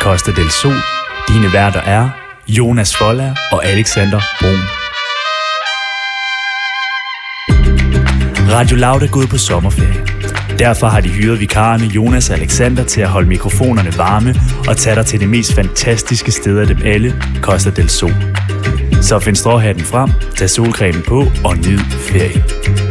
Costa del Sol. Dine værter er Jonas Foldager og Alexander Brun. Radio Loud er gået på sommerferie. Derfor har de hyret vikarerne Jonas og Alexander til at holde mikrofonerne varme og tage dig til det mest fantastiske sted af dem alle, Costa del Sol. Så find stråhatten frem, tag solcremen på og nyd ferien.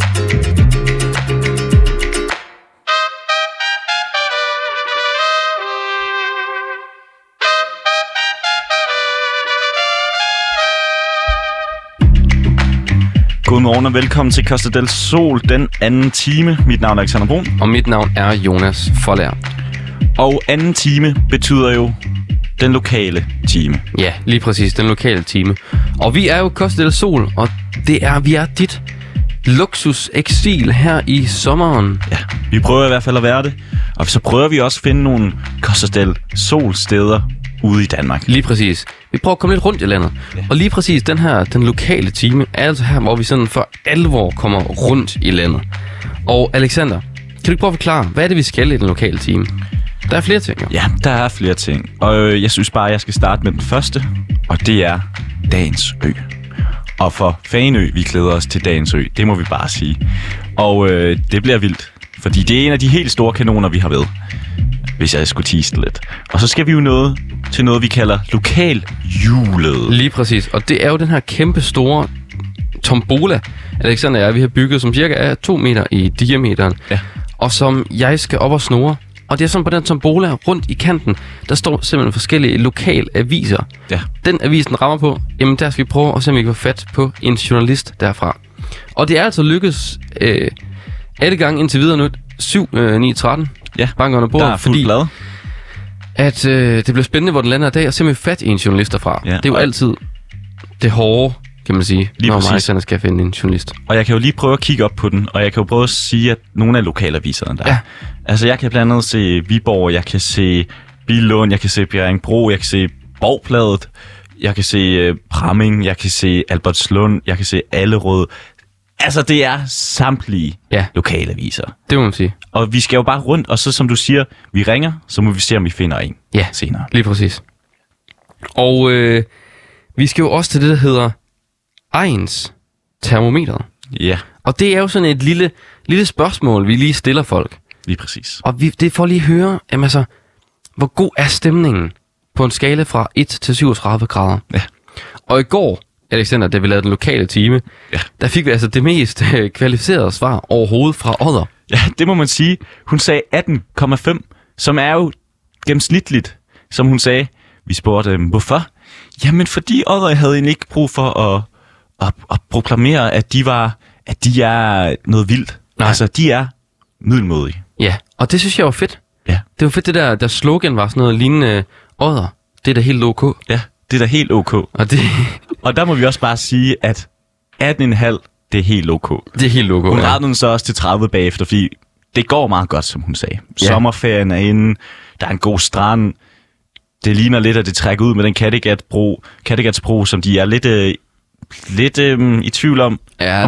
Godmorgen og velkommen til Costa del Sol, den anden time. Mit navn er Alexander Brun. Og mit navn er Jonas Foldager. Og anden time betyder jo den lokale time. Ja, lige præcis, den lokale time. Og vi er jo Costa del Sol, og vi er dit luksus-eksil her i sommeren. Ja, vi prøver i hvert fald at være det. Og så prøver vi også at finde nogle Costa del Sol-steder ude i Danmark. Lige præcis. Vi prøver at komme lidt rundt i landet. Ja. Og lige præcis den lokale time, er altså her, hvor vi sådan for alvor kommer rundt i landet. Og Alexander, kan du ikke prøve at forklare, hvad er det, vi skal i den lokale time? Der er flere ting, jo. Ja, der er flere ting. Og jeg synes bare, jeg skal starte med den første. Og det er Dagens Ø. Og for Fanø, vi glæder os til Dagens Ø. Det må vi bare sige. Og det bliver vildt. Fordi det er en af de helt store kanoner, vi har ved. Hvis jeg skulle tease lidt. Og så skal vi jo til noget, vi kalder lokalhjulet. Lige præcis. Og det er jo den her kæmpe store tombola, Alexander og jeg, vi har bygget, som cirka er 2 meter i diameteren. Ja. Og som jeg skal op og snore. Og det er sådan på den tombola rundt i kanten, der står simpelthen forskellige lokalaviser. Ja. Den avisen rammer på, jamen der skal vi prøve at se, om vi kan få fat på en journalist derfra. Og det er altså lykkedes alle gange indtil videre nu 7, 9, 13. Ja, bankerne på, der er fuldt blad. At det bliver spændende, hvor den lander i dag, og simpelthen fat i en journalist derfra. Ja, det er jo altid det hårde, kan man sige, lige når Alexander skal finde en journalist. Og jeg kan jo lige prøve at kigge op på den, og jeg kan jo prøve at sige, at nogle af lokalaviserne der. Ja. Altså, jeg kan blandt andet se Viborg, jeg kan se Billund, jeg kan se Bjerringbro, jeg kan se Borgbladet, jeg kan se Bramming, jeg kan se Albertslund, jeg kan se Allerød. Altså, det er samtlige lokalaviser. Det må man sige. Og vi skal jo bare rundt, og så som du siger, vi ringer, så må vi se, om vi finder en senere. Lige præcis. Og vi skal jo også til det, der hedder Egens termometer. Ja. Og det er jo sådan et lille spørgsmål, vi lige stiller folk. Lige præcis. Og det får lige høre, jamen altså, hvor god er stemningen på en skala fra 1 til 37 grader. Ja. Og i går, Alexander, da vi lavede den lokale time, der fik vi altså det mest kvalificerede svar overhovedet fra Odder. Ja, det må man sige. Hun sagde 18,5, som er jo gennemsnitligt, som hun sagde. Vi spurgte dem, hvorfor? Jamen, fordi Odder havde egentlig ikke brug for at proklamere, at de er noget vildt. Nej. Altså, de er middelmådige. Ja, og det synes jeg var fedt. Ja. Det var fedt, det der slogan var sådan noget lignende Odder. Det er da helt ok. Ja, det er da helt ok. Og der må vi også bare sige, at 18,5, det er helt ok. Det er helt ok, Hun rettede den så også til 30 bagefter, fordi det går meget godt, som hun sagde. Ja. Sommerferien er inde, der er en god strand. Det ligner lidt, at det trækker ud med den Kattegatsbro, som de er lidt i tvivl om. Ja,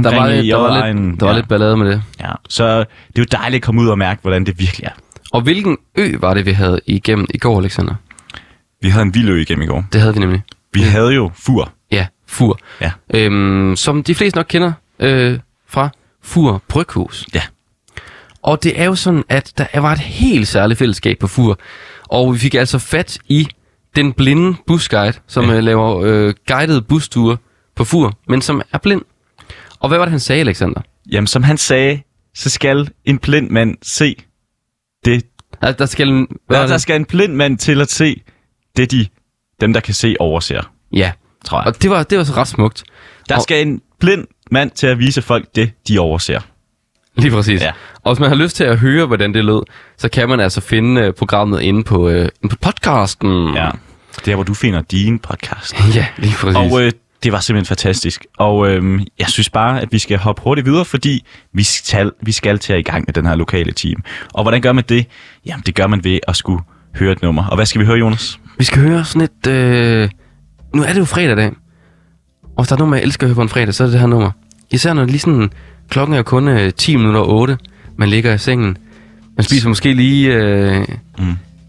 der var lidt ballade med det. Ja, så det er jo dejligt at komme ud og mærke, hvordan det virkelig er. Og hvilken ø var det, vi havde igennem i går, Alexander? Vi havde en vild ø igennem i går. Det havde vi nemlig. Vi havde jo Fur. Ja, Fur. Ja. Som de fleste nok kender fra Fur Bryghus. Ja. Og det er jo sådan, at der var et helt særligt fællesskab på Fur. Og vi fik altså fat i den blinde busguide, som laver guidede busture på Fur, men som er blind. Og hvad var det, han sagde, Alexander? Jamen, som han sagde, så skal en blind mand se det. Der skal en blind mand til at se det, dem, der kan se, overser. Ja, tror jeg. Og det var så ret smukt. Der skal en blind mand til at vise folk det, de overser. Lige præcis. Ja. Og hvis man har lyst til at høre, hvordan det lød, så kan man altså finde programmet inde på podcasten. Ja, det er, hvor du finder din podcast. Ja, lige præcis. Og det var simpelthen fantastisk. Og jeg synes bare, at vi skal hoppe hurtigt videre, fordi vi skal til at i gang med den her lokale team. Og hvordan gør man det? Jamen, det gør man ved at skulle høre et nummer. Og hvad skal vi høre, Jonas? Vi skal høre sådan et... Nu er det jo fredag i dag. Og hvis der er noget, jeg elsker at høre på en fredag, så er det det her nummer. Især når det lige sådan... Klokken er kun 10 minutter 8. Man ligger i sengen. Man spiser måske lige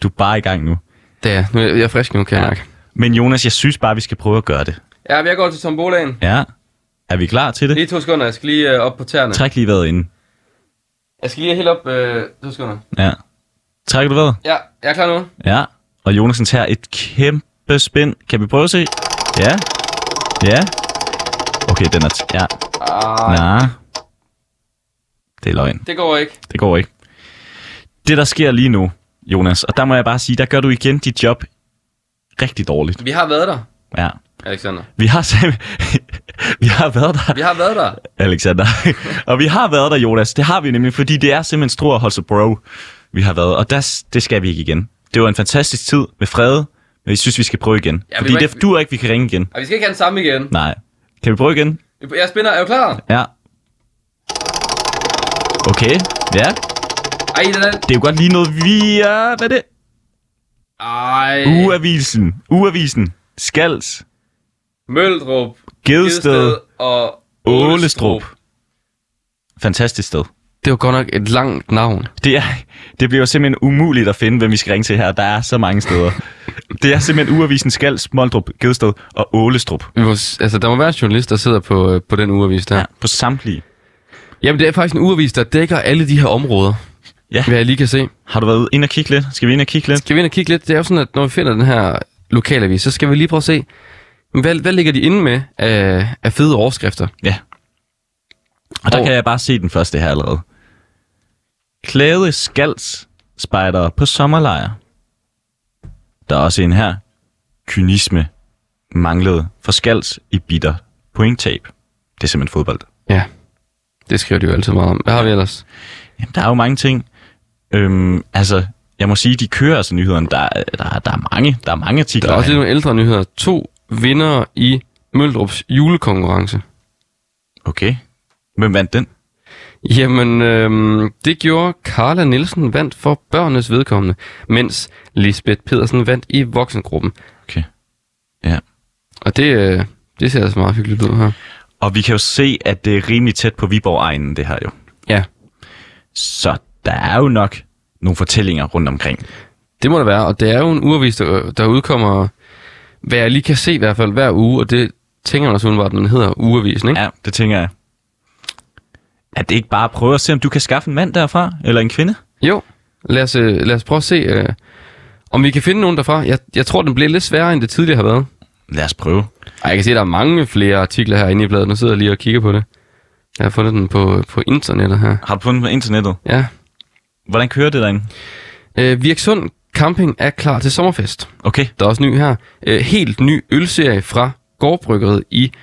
Du er bare i gang nu. Det er nu. Jeg er frisk nu, kan jeg mærke. Men Jonas, jeg synes bare, vi skal prøve at gøre det. Ja, jeg går til tombolaen. Ja. Er vi klar til det? Lige 2 sekunder. Jeg skal lige op på tæerne. Træk lige vejret inden. Jeg skal lige helt op 2 sekunder. Ja. Trækker du vejret? Ja, jeg er klar nu. Ja. Og Jonasen tager et kæmpe spin. Kan vi prøve at se? Ja. Ja. Okay, den er... Ja. Nej. Det er løgn. Det går ikke. Det går ikke. Det, der sker lige nu, Jonas, og der må jeg bare sige, der gør du igen dit job rigtig dårligt. Vi har været der, Ja. Alexander. Vi har været der. Vi har været der. Alexander. Og vi har været der, Jonas. Det har vi nemlig, fordi det er simpelthen Struer Holstebro Bro, vi har været. Og det skal vi ikke igen. Det var en fantastisk tid med Frede, men jeg synes, vi skal prøve igen. Ja, fordi det duer ikke, vi kan ringe igen. Ja, vi skal ikke have den samme igen. Nej. Kan vi prøve igen? Jeg spinner. Er du klar? Ja. Okay. Ja. Ej, den er... Det er jo godt lige noget via... Hvad er det? Ej. Uavisen. Skals. Møldrup. Gedsted. Og Ålestrup. Fantastisk sted. Det var godt nok et langt navn. Det bliver jo simpelthen umuligt at finde, hvem vi skal ringe til her. Der er så mange steder. Det er simpelthen Uavisen, Skals, Moldrup, Gedsted og Ålestrup. Altså, der må være en journalist, der sidder på den uavis der. Ja, på samtlige. Jamen, det er faktisk en uavis, der dækker alle de her områder. Ja. Hvad jeg lige kan se. Har du været ind og kigge lidt? Skal vi ind og kigge lidt? Skal vi ind og kigge lidt? Det er jo sådan, at når vi finder den her lokalavis, så skal vi lige prøve at se, hvad ligger de inde med af fede overskrifter? Ja. Og der kan jeg bare se den første her allerede. Klæde Skals spejdere på sommerlejr. Der er også en her. Kynisme manglede for Skals i bitter pointtab. Det er simpelthen fodbold. Ja, det skriver de jo altid meget om. Hvad har vi ellers? Jamen, der er jo mange ting. Altså, jeg må sige, de kører altså nyhederne. Der er mange artikler. Der er også lidt nogle ældre nyheder. 2 vindere i Møldrups julekonkurrence. Okay. Hvem vandt den? Jamen, det gjorde Carla Nielsen vandt for børnenes vedkommende, mens Lisbeth Pedersen vandt i voksengruppen. Okay. Ja. Og det ser altså meget hyggeligt ud her. Og vi kan jo se, at det er rimelig tæt på Viborg-egnen, det her jo. Ja. Så der er jo nok nogle fortællinger rundt omkring. Det må der være, og det er jo en ugeavis, der udkommer, hvad jeg lige kan se i hvert fald hver uge, og det tænker man også udenbart, den hedder ugeavisen, ikke? Ja, det tænker jeg. Er det ikke bare at prøve at se, om du kan skaffe en mand derfra, eller en kvinde? Jo, lad os prøve at se, om vi kan finde nogen derfra. Jeg tror, den bliver lidt sværere, end det tidligere har været. Lad os prøve. Ej, jeg kan se, at der er mange flere artikler herinde i bladet. Nu sidder jeg lige og kigger på det. Jeg har fundet den på internettet her. Har du fundet den på internettet? Ja. Hvordan kører det derinde? Virksund Camping er klar til sommerfest. Okay. Der er også ny her. Helt ny ølserie fra gårdbryggeriet i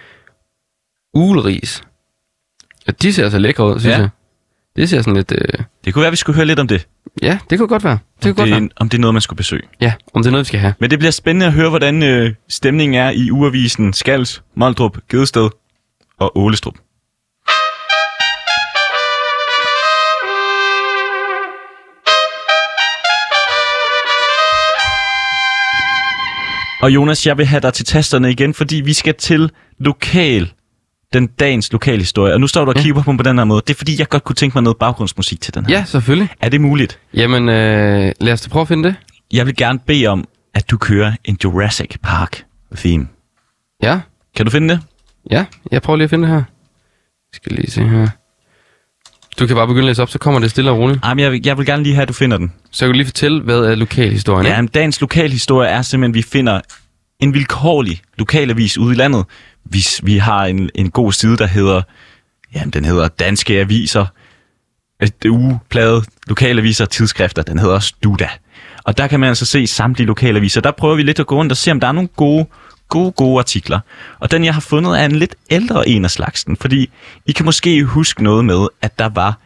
Uleris. Ja, de ser altså lækre ud, synes jeg. Det ser sådan lidt... Det kunne være, vi skulle høre lidt om det. Ja, det kunne godt være. Om det er noget, man skulle besøge. Ja, om det er noget, vi skal have. Men det bliver spændende at høre, hvordan stemningen er i Uavisen, Skals, Moldrup, Gedsted og Ålestrup. Og Jonas, jeg vil have dig til tasterne igen, fordi vi skal til den dagens lokalhistorie. Og nu står du og kigger på den her måde. Det er fordi, jeg godt kunne tænke mig noget baggrundsmusik til den her. Ja, selvfølgelig. Er det muligt? Jamen, lad os da prøve at finde det. Jeg vil gerne bede om, at du kører en Jurassic Park theme. Ja. Kan du finde det? Ja, jeg prøver lige at finde det her. Jeg skal lige se her. Du kan bare begynde at læse op, så kommer det stille og roligt. Jamen, jeg vil gerne lige have, at du finder den. Så jeg kan lige fortælle, hvad er lokalhistorien? Ja, men dagens lokalhistorie er simpelthen, at vi finder en vilkårlig lokalavis ude i landet. Vi har en god side, der hedder, den hedder Danske Aviser, ugeplade, lokalaviser og tidsskrifter. Den hedder også Duda. Og der kan man altså se samtlige lokalaviser. Der prøver vi lidt at gå rundt og se, om der er nogle gode artikler. Og den, jeg har fundet, er en lidt ældre en af slagsen. Fordi I kan måske huske noget med, at der var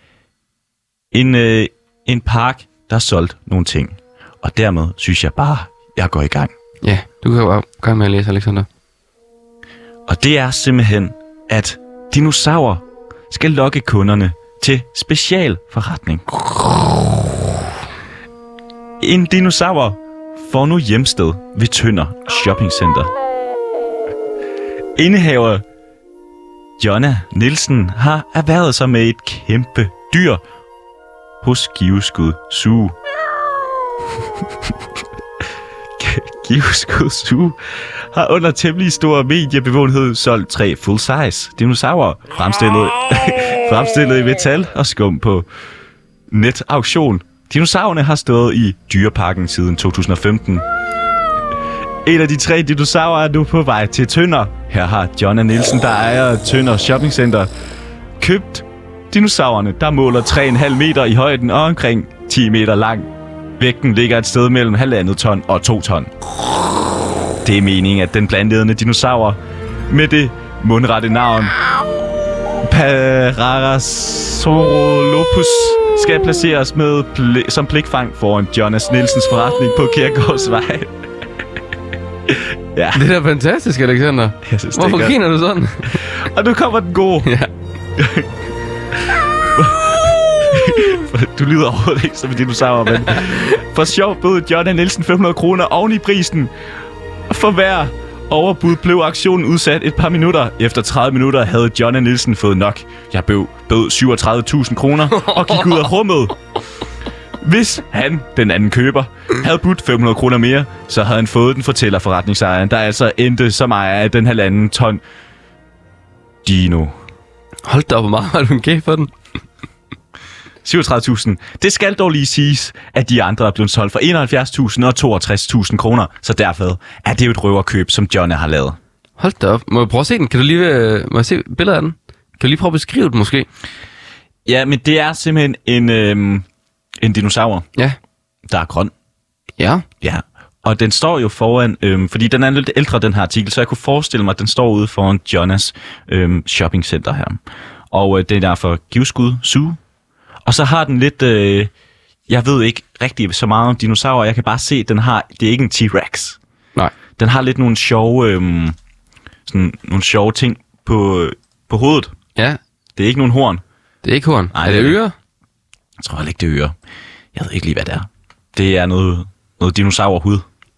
en park, der solgte nogle ting. Og dermed synes jeg bare, jeg går i gang. Ja, du kan jo bare gang med at læse, Alexander. Og det er simpelthen, at dinosaurer skal lokke kunderne til specialforretning. En dinosaur får nu hjemsted ved Tønder Shoppingcenter. Indehaver Jonna Nielsen har erhvervet sig med et kæmpe dyr hos Giveskud Zoo. Giveskud Zoo har under temmelig stor mediebevågenhed solgt 3 full-size dinosaurer, fremstillet i metal og skum på netauktion. Dinosaurerne har stået i dyreparken siden 2015. En af de 3 dinosaurer er nu på vej til Tønder. Her har John Nielsen, der ejer Tønder Shopping Center, købt dinosaurerne, der måler 3,5 meter i højden og omkring 10 meter lang. Vægten ligger et sted mellem 1,5 ton og 2 ton. Det er meningen, at den blandede dinosaur med det mundrette navn Parasaurolophus skal placeres som blikfang foran Jonas Nielsens forretning på Kjærgårdsvej. Ja. Det er da fantastisk, Alexander. Jeg synes, hvorfor griner du sådan? Og nu kommer den gode. Ja. Du lyder overhovedet ikke som en dinosaur, men for sjov bød John Nielsen 500 kroner oven i prisen. For hver overbud blev aktionen udsat et par minutter. Efter 30 minutter havde John Nielsen fået nok. Jeg bød 37.000 kroner og gik ud af rummet. Hvis han, den anden køber, havde budt 500 kroner mere, så havde han fået den, fortæller forretningsejeren, der altså endte som ejer af den 1,5 ton dino. Hold da op, hvor meget har du en gæld for den? 37.000. Det skal dog lige siges, at de andre er blevet solgt for 71.000 og 62.000 kroner, så derfor er det jo et røverkøb, som John har lavet. Hold da op. Må jeg prøve at se den? Kan du lige må jeg se billedet af den? Kan du lige prøve at beskrive den måske? Ja, men det er simpelthen en dinosaur, Ja. der er grøn. Ja. Ja, og den står jo foran, fordi den er lidt ældre, den her artikel, så jeg kunne forestille mig, at den står ude foran Jonas shopping center her. Og det er derfor Giveskud Zoo. Og så har den lidt, jeg ved ikke rigtig så meget om dinosaurer, jeg kan bare se, at det er ikke en T-Rex. Nej. Den har lidt nogle sjove ting på hovedet. Ja. Det er ikke nogen horn. Det er ikke horn. Nej, er det ører? Jeg tror ikke, det er ører. Jeg ved ikke lige, hvad det er. Det er noget dinosaurhud.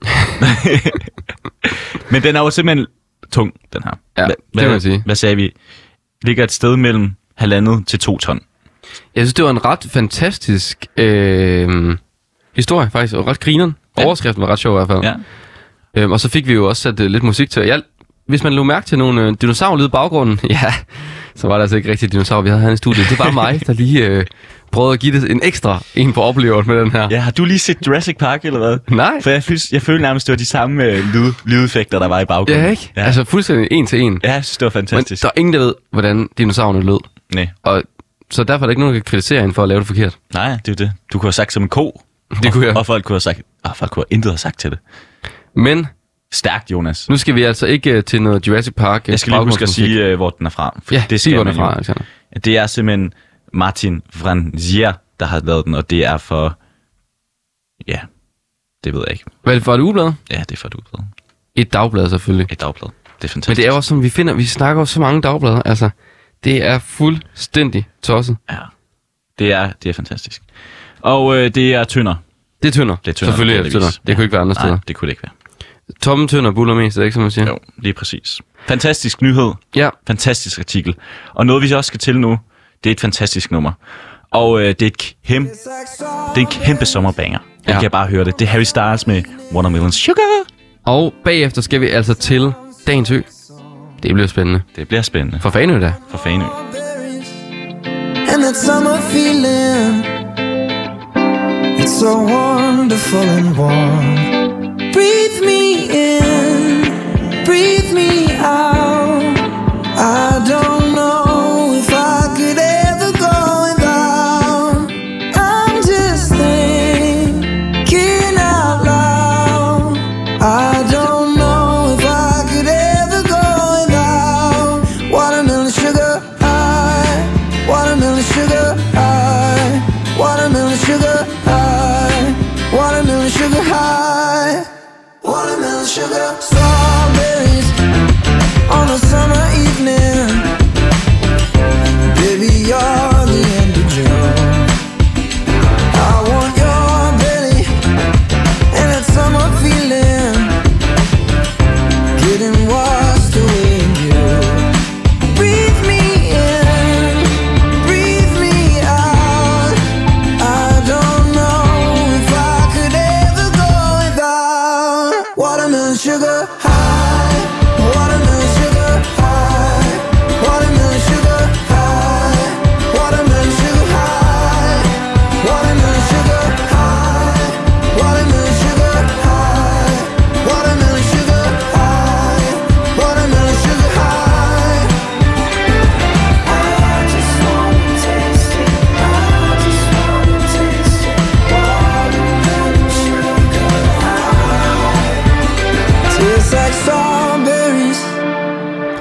Men den er jo simpelthen tung, den her. Ja, det kan man sige. Hvad sagde vi? Ligger et sted mellem 1,5 til 2 ton. Jeg synes, det var en ret fantastisk historie, faktisk. Og ret grineren. Ja. Overskriften var ret sjov i hvert fald. Ja. Og så fik vi jo også sat lidt musik til. Hvis man lå mærke til nogle dinosaurlyd i baggrunden, ja, så var der altså ikke rigtig dinosaur, vi havde her i studiet. Det var mig, der lige prøvede at give det en ekstra på opleveren med den her. Ja, har du lige set Jurassic Park, eller hvad? Nej. For jeg følte nærmest, det var de samme lydeffekter, der var i baggrunden. Ja, ikke? Ja. Altså fuldstændig en til en. Ja, jeg synes, det var fantastisk. Men der er ingen, der ved, hvordan dinosaurerne lød. Nej. Og så derfor er der ikke nogen, der kan kritisere hende for at lave det forkert. Nej, det er jo det. Du kunne have sagt som en ko. Det kunne jeg. Og folk kunne have sagt, folk kunne have intet have sagt til det. Men stærkt, Jonas. Nu skal vi altså ikke til noget Jurassic Park. Jeg skal lige huske at sige, hvor den er fra. Ja, det skal hvor den er fra, Alexander. Det er simpelthen Martin Franzier, der har lavet den, og det er for... Ja, det ved jeg ikke. Hvad er det for et ugeblad? Ja, det er for et ugeblad. Et dagblad selvfølgelig. Et dagblad. Det er fantastisk. Men det er også sådan, vi snakker jo så mange dagblade. Altså, det er fuldstændig tosset. Ja, det er fantastisk. Og det er Tønder. Det er Tønder. Selvfølgelig er det Tønder. Det kunne ikke være andre steder. Nej, det kunne det ikke være. Tomme Tønder buller mest, er det ikke, som man siger? Jo, lige præcis. Fantastisk nyhed. Ja. Fantastisk artikel. Og noget, vi også skal til nu, det er et fantastisk nummer. Og det er en kæmpe sommerbanger. Jeg kan bare høre det. Det er Harry Styles med Watermelon Sugar. Og bagefter skal vi altså til Dagens Ø. Det bliver spændende. Det bliver spændende. For Fanø da. For Fanø. And that summer feeling, it's so wonderful and warm. Breathe me in, breathe me out. I don't know if I could ever go without. I'm just thinking out loud. I don't know if I could ever go without watermelon sugar high, watermelon sugar high, watermelon sugar high, watermelon sugar high. Watermelon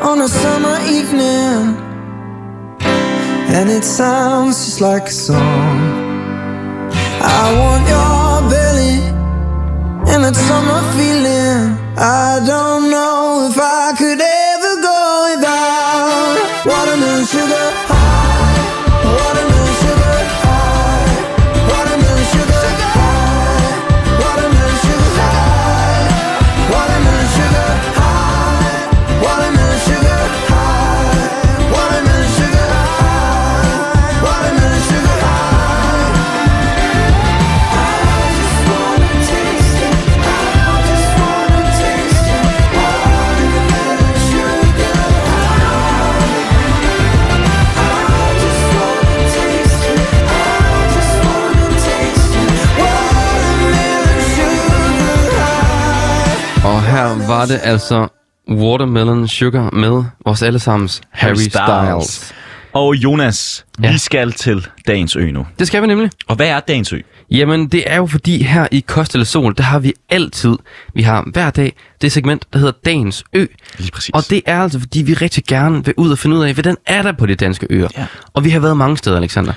on a summer evening, and it sounds just like a song. I want your belly and that summer feeling. I don't know if I could ever go without watermelon sugar high, watermelon sugar high, watermelon sugar high, watermelon sugar high, watermelon sugar high, watermelon sugar high, watermelon sugar high, watermelon sugar high. I just wanna taste it. I just wanna taste it. Watermelon sugar high. I just wanna taste it. I just wanna taste it. Watermelon sugar high. Og her var det altså Watermelon Sugar med vores allesammens Harry Styles. Og Jonas, vi skal til dagens ø nu. Det skal vi nemlig. Og hvad er dagens ø? Jamen, det er jo fordi her i Kost eller Sol, der har vi altid, vi har hver dag det segment, der hedder Dagens Ø. Lige præcis. Og det er altså, fordi vi rigtig gerne vil ud og finde ud af, hvordan er der på de danske øer. Ja. Og vi har været mange steder, Alexander.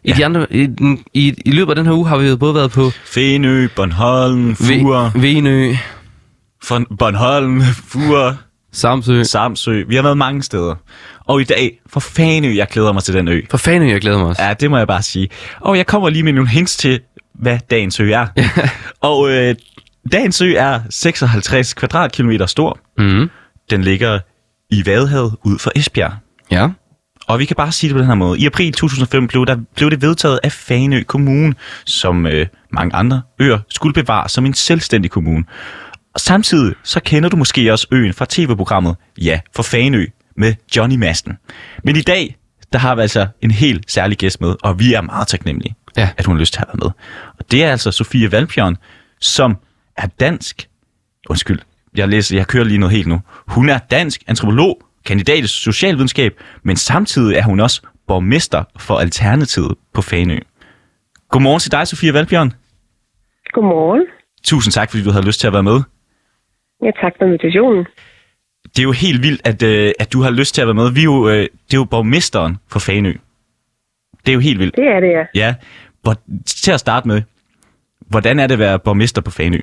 I løbet af den her uge har vi jo både været på Fænø, Bornholm, Fur, Venø, Bornholm, Fur, Samsø. Vi har været mange steder. Og i dag, for Fanø, jeg glæder mig til den ø. For Fanø, jeg glæder mig også. Ja, det må jeg bare sige. Og jeg kommer lige med nogle hints til, hvad dagens ø er. Og dagens ø er 56 kvadratkilometer stor. Mm. Den ligger i Vadehavet ud for Esbjerg. Ja. Og vi kan bare sige det på den her måde. I april 2005 blev det vedtaget af Fanø Kommune, som mange andre øer skulle bevare som en selvstændig kommune. Og samtidig så kender du måske også øen fra tv-programmet Ja, for Fanø med Johnny Madsen. Men i dag, der har vi altså en helt særlig gæst med, og vi er meget taknemmelige, at hun har lyst til at være med. Og det er altså Sofie Valbjørn, som er dansk. Undskyld, jeg kører lige noget helt nu. Hun er dansk antropolog, kandidat i socialvidenskab, men samtidig er hun også borgmester for Alternativet på Fanø. Godmorgen til dig, Sofie Valbjørn. Godmorgen. Tusind tak, fordi du havde lyst til at være med. Ja, tak for invitationen. Det er jo helt vildt, at du har lyst til at være med. Det er jo borgmesteren for Fanø. Det er jo helt vildt. Det er det, ja. Ja. Til at starte med, hvordan er det at være borgmester på Fanø?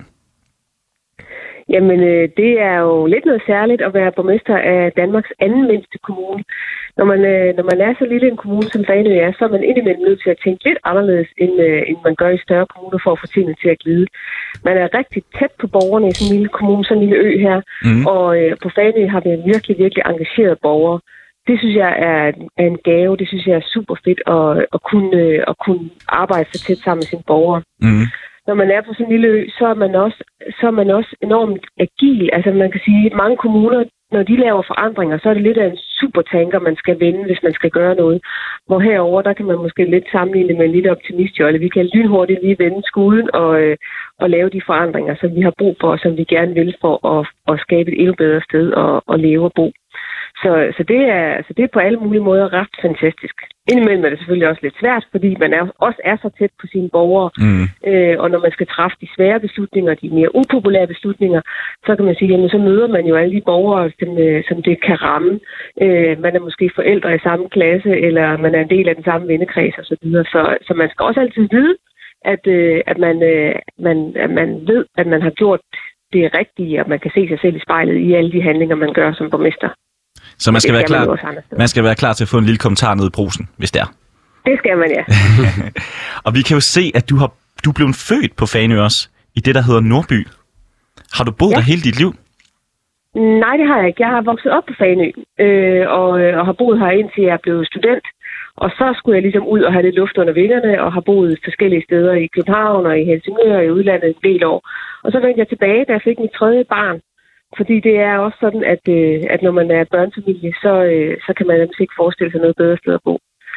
Jamen, det er jo lidt noget særligt at være borgmester af Danmarks anden mindste kommune. Når man er så lille en kommune som Fanø er, så er man indimellem nødt til at tænke lidt anderledes, end man gør i større kommuner for at få tingene til at glide. Man er rigtig tæt på borgerne i sådan en lille kommune, sådan en lille ø her. Og på Fanø har vi virkelig, virkelig engagerede borgere. Det synes jeg er en gave. Det synes jeg er super fedt at kunne arbejde så tæt sammen med sine borgere. Når man er på sådan en lille ø, så er man også enormt agil. Altså man kan sige, at mange kommuner, når de laver forandringer, så er det lidt af en supertanker, man skal vende, hvis man skal gøre noget. Hvor herover der kan man måske lidt sammenligne med en lille optimistjolle. Vi kan lynhurtigt lige vende skuden og lave de forandringer, som vi har brug for, og som vi gerne vil for at skabe et endnu bedre sted at leve og bo. Så det er på alle mulige måder ret fantastisk. Indimellem er det selvfølgelig også lidt svært, fordi man også er så tæt på sine borgere. Og når man skal træffe de svære beslutninger, de mere upopulære beslutninger, så kan man sige, jamen så møder man jo alle de borgere, som det kan ramme. Man er måske forældre i samme klasse, eller man er en del af den samme vennekreds osv. Så man skal også altid vide, at man ved, at man har gjort det rigtige, og man kan se sig selv i spejlet i alle de handlinger, man gør som borgmester. Så man skal være klar til at få en lille kommentar ned i brusen, hvis det er. Det skal man, ja. Og vi kan jo se, at du er blevet født på Fanø også, i det, der hedder Nordby. Har du boet der hele dit liv? Nej, det har jeg ikke. Jeg har vokset op på Fanø, og har boet her indtil jeg blev student. Og så skulle jeg ligesom ud og have lidt luft under vingerne, og har boet forskellige steder i København og i Helsingør og i udlandet en del år. Og så vendte jeg tilbage, da jeg fik mit 3. barn. Fordi det er også sådan, at når man er børnefamilie, så kan man nemlig ikke forestille sig noget bedre sted at bo.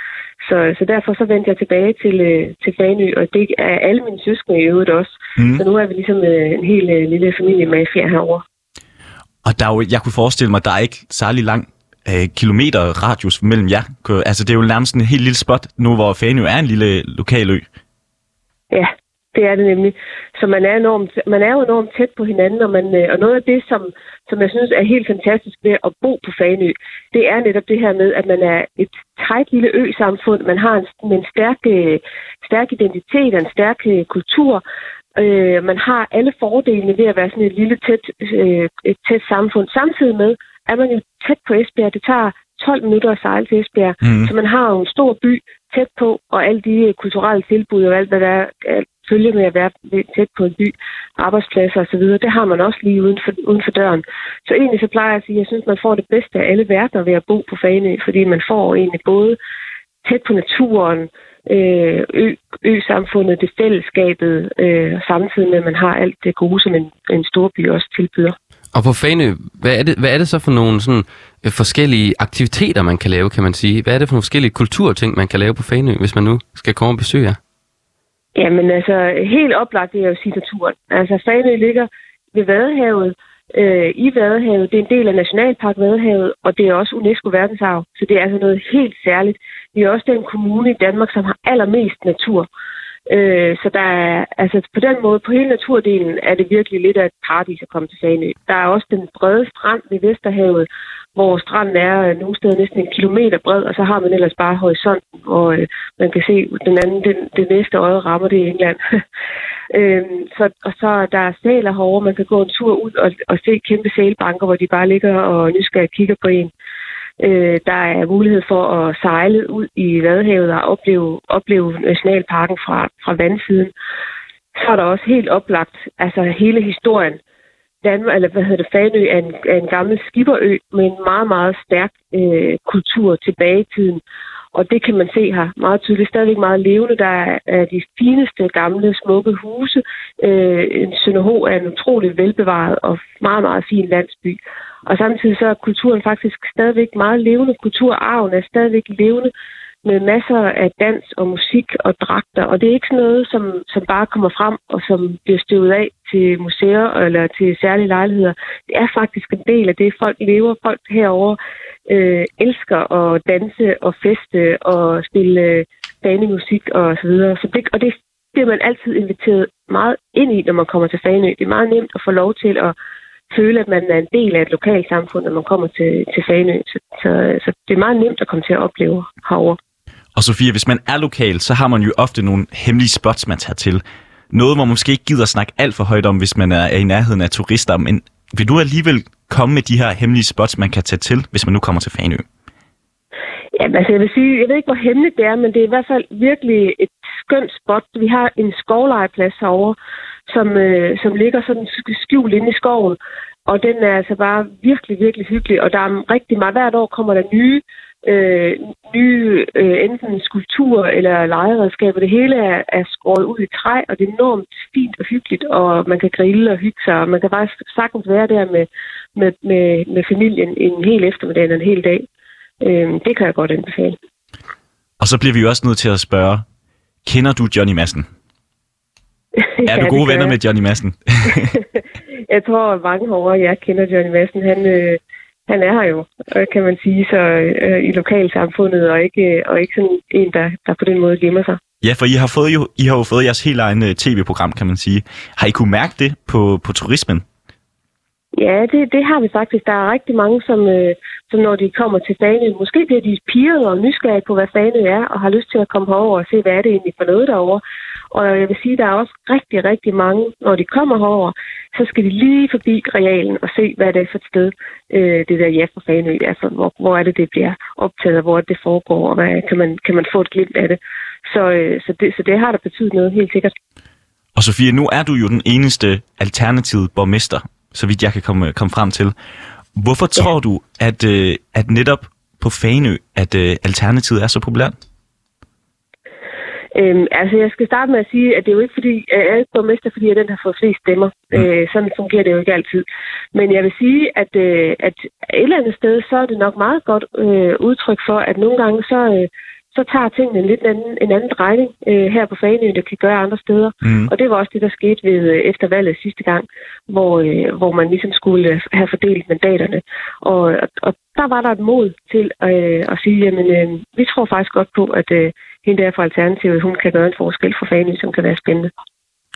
Så derfor så vendte jeg tilbage til Fanø, og det er alle mine søskende i øvrigt også. Så nu er vi ligesom en helt lille familie med fjerde herovre. Og jeg kunne forestille mig, at der er ikke særlig lang kilometer radius mellem jer. Altså det er jo nærmest en helt lille spot nu, hvor Fanø er en lille lokal ø. Ja, Det er det nemlig. Så man er jo enormt tæt på hinanden, og noget af det, som jeg synes er helt fantastisk ved at bo på Fanø, det er netop det her med, at man er et tight lille ø-samfund. Man har en stærk identitet og en stærk kultur. Man har alle fordelene ved at være sådan et lille et tæt samfund. Samtidig med er man jo tæt på Esbjerg. Det tager 12 minutter at sejle til Esbjerg. Så man har jo en stor by tæt på, og alle de kulturelle tilbud og alt, hvad der følger med at være tæt på en by, arbejdspladser osv., det har man også lige uden for døren. Så egentlig så plejer jeg at sige, at jeg synes, man får det bedste af alle verdener ved at bo på Fanø, fordi man får egentlig både tæt på naturen, ø-samfundet, det fællesskabet, samtidig med, at man har alt det gode, som en storby også tilbyder. Og på Fanø, hvad er det så for nogle sådan forskellige aktiviteter, man kan lave, kan man sige? Hvad er det for nogle forskellige kulturting, man kan lave på Fanø, hvis man nu skal komme og besøge jer? Jamen altså, helt oplagt vil jeg jo sige naturen. Altså, Fanø ligger ved Vadehavet, i Vadehavet. Det er en del af Nationalpark Vadehavet, og det er også UNESCO verdensarv. Så det er altså noget helt særligt. Vi er også den kommune i Danmark, som har allermest natur. Så der er, altså på den måde, på hele naturdelen, er det virkelig lidt af et paradis at komme til Fanø. Der er også den brede strand ved Vesterhavet, hvor stranden er nogle steder næsten 1 kilometer bred, og så har man ellers bare horisonten, og man kan se det næste øje rammer det i England. Så der er sæler herovre, man kan gå en tur ud og se kæmpe sælbanker, hvor de bare ligger og nysgerrigt kigger på en. Der er mulighed for at sejle ud i Vadehavet og opleve nationalparken fra vandsiden. Så er der også helt oplagt, altså hele historien. Fanø er en gammel skipperø med en meget, meget stærk kultur tilbage i tiden. Og det kan man se her meget tydeligt. Stadigvæk meget levende. Der er de fineste, gamle, smukke huse. Sønderho er en utrolig velbevaret og meget, meget fin landsby. Og samtidig så er kulturen faktisk stadigvæk meget levende. Kulturarven er stadigvæk levende med masser af dans og musik og dragter. Og det er ikke sådan noget, som bare kommer frem og som bliver støvet af til museer eller til særlige lejligheder. Det er faktisk en del af det, folk lever. Folk herovre elsker at danse og feste og spille banemusik og så videre. Og det bliver man altid inviteret meget ind i, når man kommer til Fanø. Det er meget nemt at få lov til at føle, at man er en del af et lokalt samfund, når man kommer til Fanø. Så det er meget nemt at komme til at opleve herovre. Og Sofia, hvis man er lokal, så har man jo ofte nogle hemmelige spots, man tager til. Noget, hvor man måske ikke gider snakke alt for højt om, hvis man er i nærheden af turister. Men vil du alligevel komme med de her hemmelige spots, man kan tage til, hvis man nu kommer til Fanø? Jamen, altså jeg vil sige, jeg ved ikke, hvor hemmeligt det er, men det er i hvert fald virkelig et skønt spot. Vi har en skovlegeplads herovre, som ligger sådan skjult inde i skoven. Og den er altså bare virkelig, virkelig hyggelig. Og der er rigtig meget. Hvert år kommer der nye enten skulpturer eller legeredskaber. Det hele er skåret ud i træ, og det er enormt fint og hyggeligt, og man kan grille og hygge sig. Og man kan faktisk sagtens være der med familien en hel eftermiddag eller en hel dag. Det kan jeg godt anbefale. Og så bliver vi jo også nødt til at spørge, kender du Johnny Madsen? Er du gode venner med Johnny Madsen? Jeg tror, mange herovre, jeg kender Johnny Madsen. Han er her jo, kan man sige, så i lokalsamfundet, og ikke sådan en, der på den måde gemmer sig. Ja, for I har jo fået jeres helt egen tv-program, kan man sige. Har I kunne mærke det på turismen? Ja, det har vi faktisk. Der er rigtig mange, som når de kommer til Fanø, måske bliver de pirret og nysgerrige på, hvad Fanø er, og har lyst til at komme herover og se, hvad er det egentlig for noget derovre. Og jeg vil sige, der er også rigtig, rigtig mange, når de kommer herover, så skal de lige forbi realen og se, hvad det er for et sted, det der Ja for Fanø er. Altså, hvor er det bliver optaget, og hvor det foregår, og hvad, kan man få et glimt af det. Så det har der betydet noget, helt sikkert. Og Sofia, nu er du jo den eneste alternative borgmester, så vidt jeg kan komme frem til. Hvorfor tror du, at netop på Fanø, at alternativet er så populært? Altså, jeg skal starte med at sige, at det er jo ikke fordi, jeg er ikke borgmester, fordi jeg den har fået flest stemmer. Sådan fungerer det jo ikke altid. Men jeg vil sige, at et eller andet sted, så er det nok meget godt udtryk for, at nogle gange så tager tingene en anden drejning her på Fanø, der kan gøre andre steder. Og det var også det, der skete efter valget sidste gang, hvor man ligesom skulle have fordelt mandaterne. Og der var der et mod til at sige, jamen, vi tror faktisk godt på, at hende der fra Alternativet, hun kan gøre en forskel for Fanø, som kan være spændende.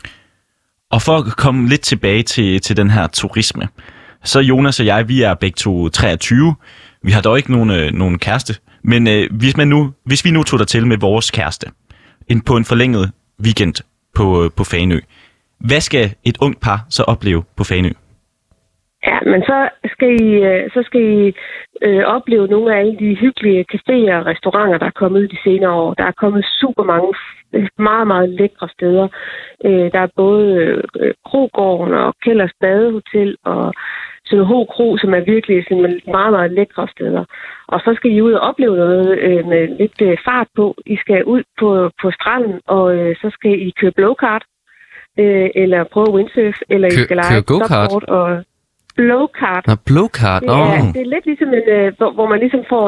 Og for at komme lidt tilbage til den her turisme, så Jonas og jeg, vi er begge to 23. Vi har dog ikke nogen kæreste. Men hvis vi nu tog dig til med vores kæreste på en forlænget weekend på Fanø, hvad skal et ungt par så opleve på Fanø? Ja, men så skal I opleve nogle af alle de hyggelige caféer og restauranter, der er kommet de senere år. Der er kommet super mange meget, meget lækre steder. Der er både Krogården og Kælders Badehotel og Sønderho Kro, som er virkelig sådan meget, meget lækre steder. Og så skal I ud og opleve noget med lidt fart på. I skal ud på stranden, og så skal I køre blowkart, eller prøve windsurf, eller I skal lege stopboard og blowkart. Blowkart? Det er lidt ligesom hvor man ligesom får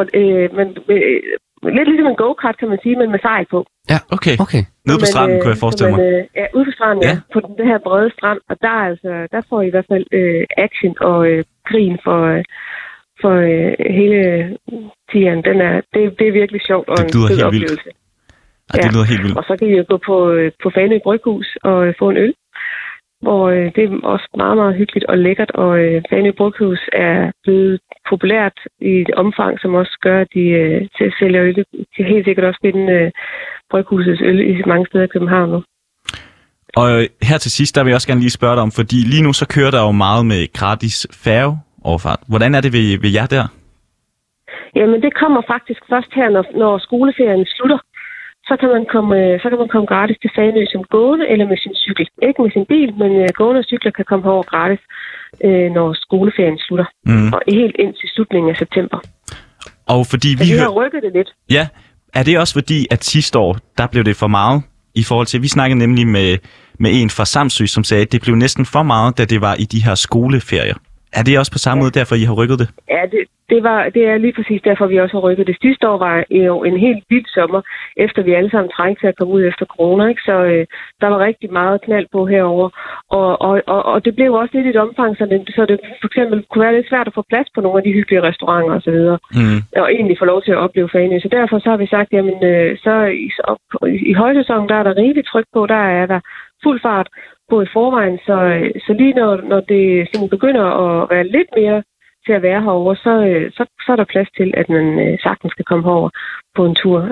lidt ligesom en go-kart, kan man sige, men med sejl på. Ja, okay. Nede på stranden, kunne jeg forestille mig. Ja, ude på stranden, ja. På det her brede strand. Og der får I hvert fald action og grin for hele tieren. Det er virkelig sjovt og en fed oplevelse. Det lyder helt vildt. Og så kan I jo gå på Fanø Bryghus og få en øl, hvor det er også meget, meget hyggeligt og lækkert, og Fanø Bryghus er blevet populært i et omfang, som også gør, at de sælger øl. De kan helt sikkert også finde Bryghusets øl i mange steder i København nu. Og her til sidst, der vil jeg også gerne lige spørge dig om, fordi lige nu så kører der jo meget med gratis færgeoverfart. Hvordan er det ved jer der? Jamen, det kommer faktisk først her, når skoleferien slutter. Så kan man komme gratis til Fanø som gående eller med sin cykel. Ikke med sin bil, men gående og cykler kan komme herover gratis, når skoleferien slutter. Og helt ind til slutningen af september. Og fordi vi har rykket det lidt. Ja, er det også fordi, at sidste år, der blev det for meget i forhold til... Vi snakkede nemlig med en fra Samsø, som sagde, at det blev næsten for meget, da det var i de her skoleferier. Er det også på samme måde, derfor I har rykket det? Ja, det er lige præcis derfor, vi også har rykket det. Sidste år var jo en helt vild sommer, efter vi alle sammen trængte til at komme ud efter corona, ikke? Så der var rigtig meget knald på herover, og det blev også lidt et omfang, så det for eksempel kunne være lidt svært at få plads på nogle af de hyggelige restauranter og så videre, og egentlig få lov til at opleve Fanø. Så derfor så har vi sagt, jamen så i højsæsonen, der er der rigeligt tryk på, der er der fuld fart på i forvejen, så lige når det sådan begynder at være lidt mere til at være herovre, så er der plads til, at man sagtens skal komme herover på en tur,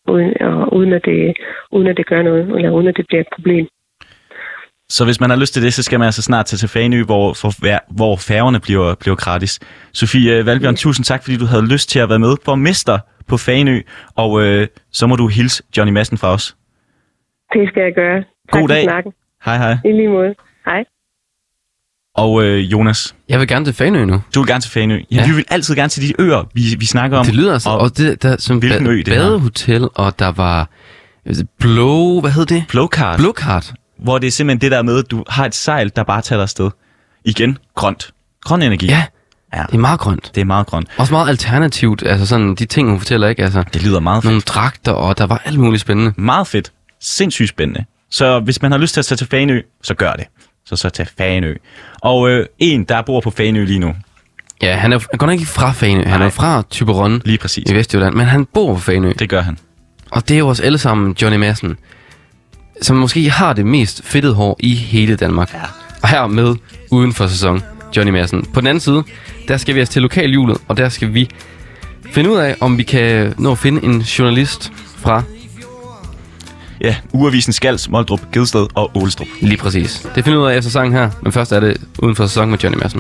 uden at det gør noget, eller uden at det bliver et problem. Så hvis man har lyst til det, så skal man altså snart til Fanø, hvor færgerne bliver gratis. Sofie Valbjørn, tusind tak, fordi du havde lyst til at være med, borgmester på Fanø, og så må du hilse Johnny Madsen fra os. Det skal jeg gøre. Tak God dag. for snakken. Hej. I lige måde. Hej. Og Jonas? Jeg vil gerne til Fanø nu. Du vil gerne til Fanø? Ja. Vi vil altid gerne til de øer, vi snakker om. Det lyder altså, og det der som hvilken ø det badehotel, og der var hvad hed det? Blowkart. Hvor det er simpelthen det der med, at du har et sejl, der bare tager dig afsted. Igen, grønt. Grøn energi. Ja, det er meget grønt. Det er meget grønt. Også meget alternativt, altså sådan de ting, hun fortæller, ikke? Altså, det lyder meget fedt. Nogle dragter, og der var alt muligt spændende. Meget fedt. Sindssygt spændende. Så hvis man har lyst til at tage til Fanø, så gør det. Så til Fanø. Og en, der bor på Fanø lige nu. Ja, han er godt nok ikke fra Fanø. Han er fra Thyborøn. Lige præcis. I Vestjylland. Men han bor på Fanø. Det gør han. Og det er jo også alle sammen Johnny Madsen, som måske har det mest fedtede hår i hele Danmark. Ja. Og her med uden for sæson, Johnny Madsen. På den anden side, der skal vi altså til lokalhjulet, og der skal vi finde ud af, om vi kan nå at finde en journalist fra... Ja, Ugeavisen Skals, Moldrup, Gedsted og Ålstrup. Lige præcis. Det finder ud af efter sangen her, men først er det uden for sæson med Johnny Madsen.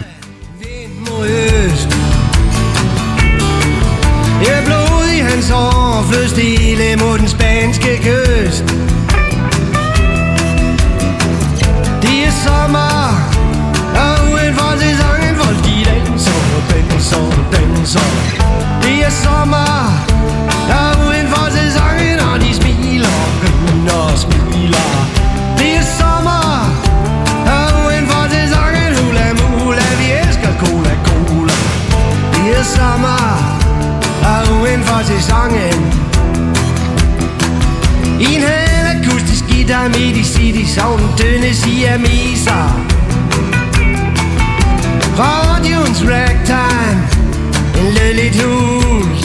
Jeg er blod i hans hår, flød stille mod den spanske kyst. Det er sommer, og uden for sæsonen, folk de danser. Det er sommer, og uden for sæsonen, og de smiler og smiler. Det er sommer, og uden for sæsonen, hula mula, vi elsker cola. Det er sommer, og uden for sæsonen. En halv akustisk guitar midt i city, sound tynde siameser. Radioens ragtime, en lødligt hus.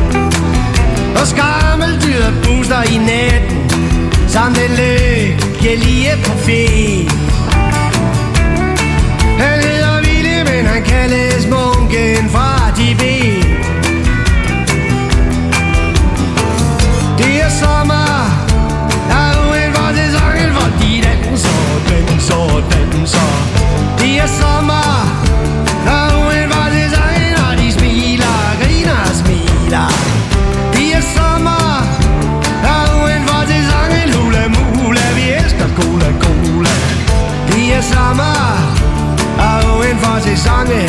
Og skammeldyret booster i natten, samt en lykke lige profil. Han hedder Ville, men han kaldes munken fra Tibet. Det er sommer, og uden for sæsonen, hvor de danser, danser, danser. Det er sommer, og uden for sæsonen, og de smiler, griner og smiler. Det er sommer, og uden for sæsonen, hula mula, vi elsker cola, cola. Det er sommer, og uden for sæsonen.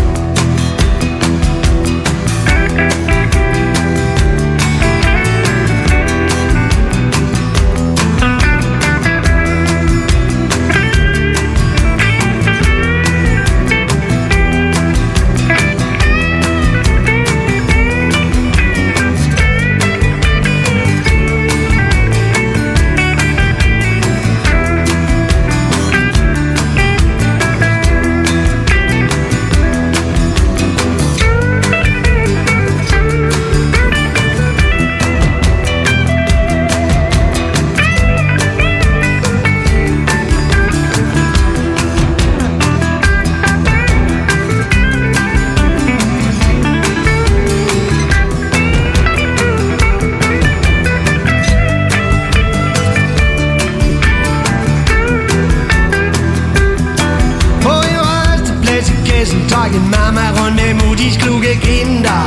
Træk en mamma rundt med Moody's kluge kinder.